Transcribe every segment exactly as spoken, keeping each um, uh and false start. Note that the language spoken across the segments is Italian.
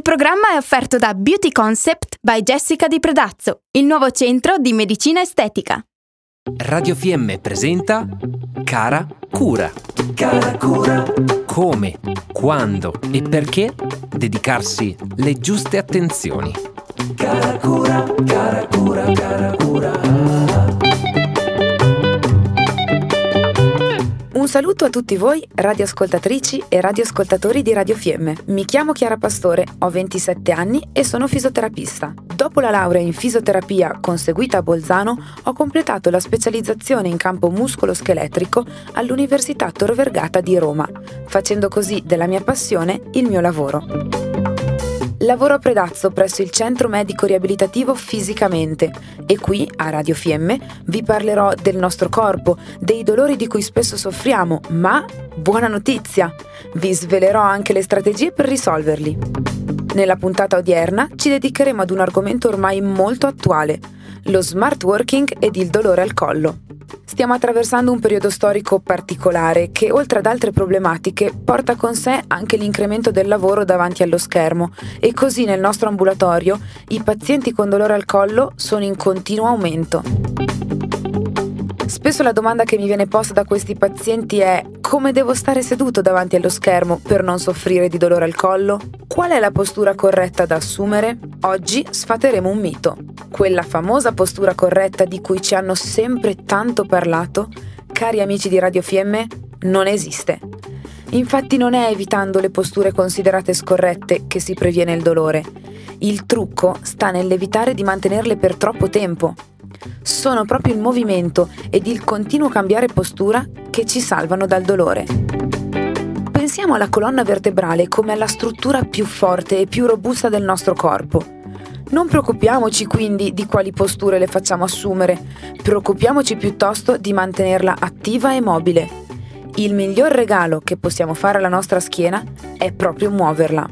programma è offerto da Beauty Concept by Jessica Di Predazzo, il nuovo centro di medicina estetica. Radio F M presenta Cara Cura. Cara Cura. Come, quando e perché dedicarsi le giuste attenzioni. Cara Cura, cara cura, cara cura. Un saluto a tutti voi, radioascoltatrici e radioascoltatori di Radio F M. Mi chiamo Chiara Pastore, ho ventisette anni e sono fisioterapista. Dopo la laurea in fisioterapia conseguita a Bolzano, ho completato la specializzazione in campo muscolo-scheletrico all'Università Tor Vergata di Roma, facendo così della mia passione il mio lavoro. Lavoro a Predazzo presso il Centro Medico Riabilitativo Fisicamente e qui, a Radio F M, vi parlerò del nostro corpo, dei dolori di cui spesso soffriamo, ma, buona notizia, vi svelerò anche le strategie per risolverli. Nella puntata odierna ci dedicheremo ad un argomento ormai molto attuale, lo smart working ed il dolore al collo. Stiamo attraversando un periodo storico particolare che, oltre ad altre problematiche, porta con sé anche l'incremento del lavoro davanti allo schermo e così nel nostro ambulatorio i pazienti con dolore al collo sono in continuo aumento. Spesso la domanda che mi viene posta da questi pazienti è: come devo stare seduto davanti allo schermo per non soffrire di dolore al collo? Qual è la postura corretta da assumere? Oggi sfateremo un mito. Quella famosa postura corretta di cui ci hanno sempre tanto parlato, cari amici di Radio F M, non esiste. Infatti non è evitando le posture considerate scorrette che si previene il dolore. Il trucco sta nell'evitare di mantenerle per troppo tempo. Sono proprio il movimento ed il continuo cambiare postura che ci salvano dal dolore. Pensiamo alla colonna vertebrale come alla struttura più forte e più robusta del nostro corpo. Non preoccupiamoci quindi di quali posture le facciamo assumere, preoccupiamoci piuttosto di mantenerla attiva e mobile. Il miglior regalo che possiamo fare alla nostra schiena è proprio muoverla.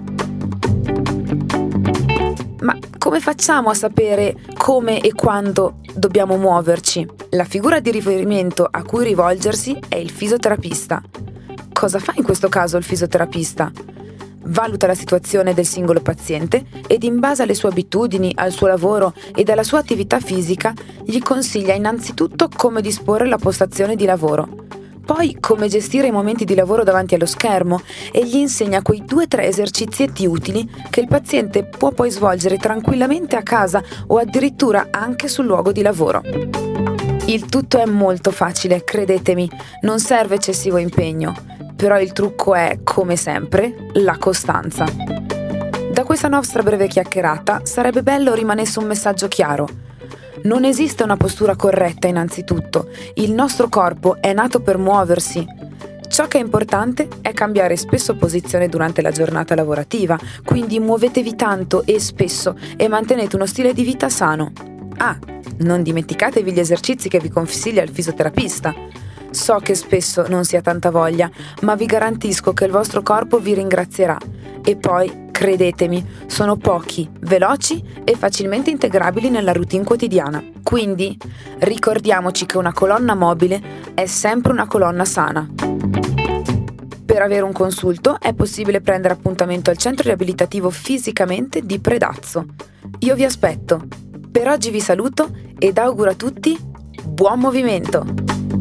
Ma come facciamo a sapere come e quando dobbiamo muoverci? La figura di riferimento a cui rivolgersi è il fisioterapista. Cosa fa in questo caso il fisioterapista? Valuta la situazione del singolo paziente ed in base alle sue abitudini, al suo lavoro ed alla sua attività fisica gli consiglia innanzitutto come disporre la postazione di lavoro, poi come gestire i momenti di lavoro davanti allo schermo e gli insegna quei due o tre esercizietti utili che il paziente può poi svolgere tranquillamente a casa o addirittura anche sul luogo di lavoro. Il tutto è molto facile, credetemi, non serve eccessivo impegno. Però il trucco è, come sempre, la costanza. Da questa nostra breve chiacchierata sarebbe bello rimanesse un messaggio chiaro. Non esiste una postura corretta innanzitutto, il nostro corpo è nato per muoversi. Ciò che è importante è cambiare spesso posizione durante la giornata lavorativa, quindi muovetevi tanto e spesso e mantenete uno stile di vita sano. Ah, non dimenticatevi gli esercizi che vi consiglia il fisioterapista. So che spesso non si ha tanta voglia, ma vi garantisco che il vostro corpo vi ringrazierà. E poi, credetemi, sono pochi, veloci e facilmente integrabili nella routine quotidiana. Quindi, ricordiamoci che una colonna mobile è sempre una colonna sana. Per avere un consulto è possibile prendere appuntamento al Centro Riabilitativo Fisicamente di Predazzo. Io vi aspetto. Per oggi vi saluto ed auguro a tutti buon movimento!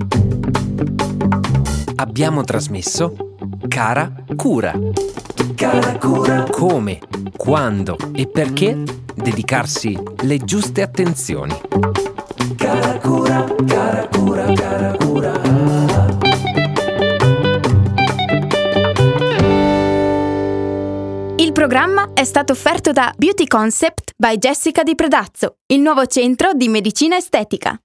Abbiamo trasmesso Cara Cura. Cara Cura. Come, quando e perché dedicarsi le giuste attenzioni. Cara Cura, cara cura, cara cura. Il programma è stato offerto da Beauty Concept by Jessica Di Predazzo, il nuovo centro di medicina estetica.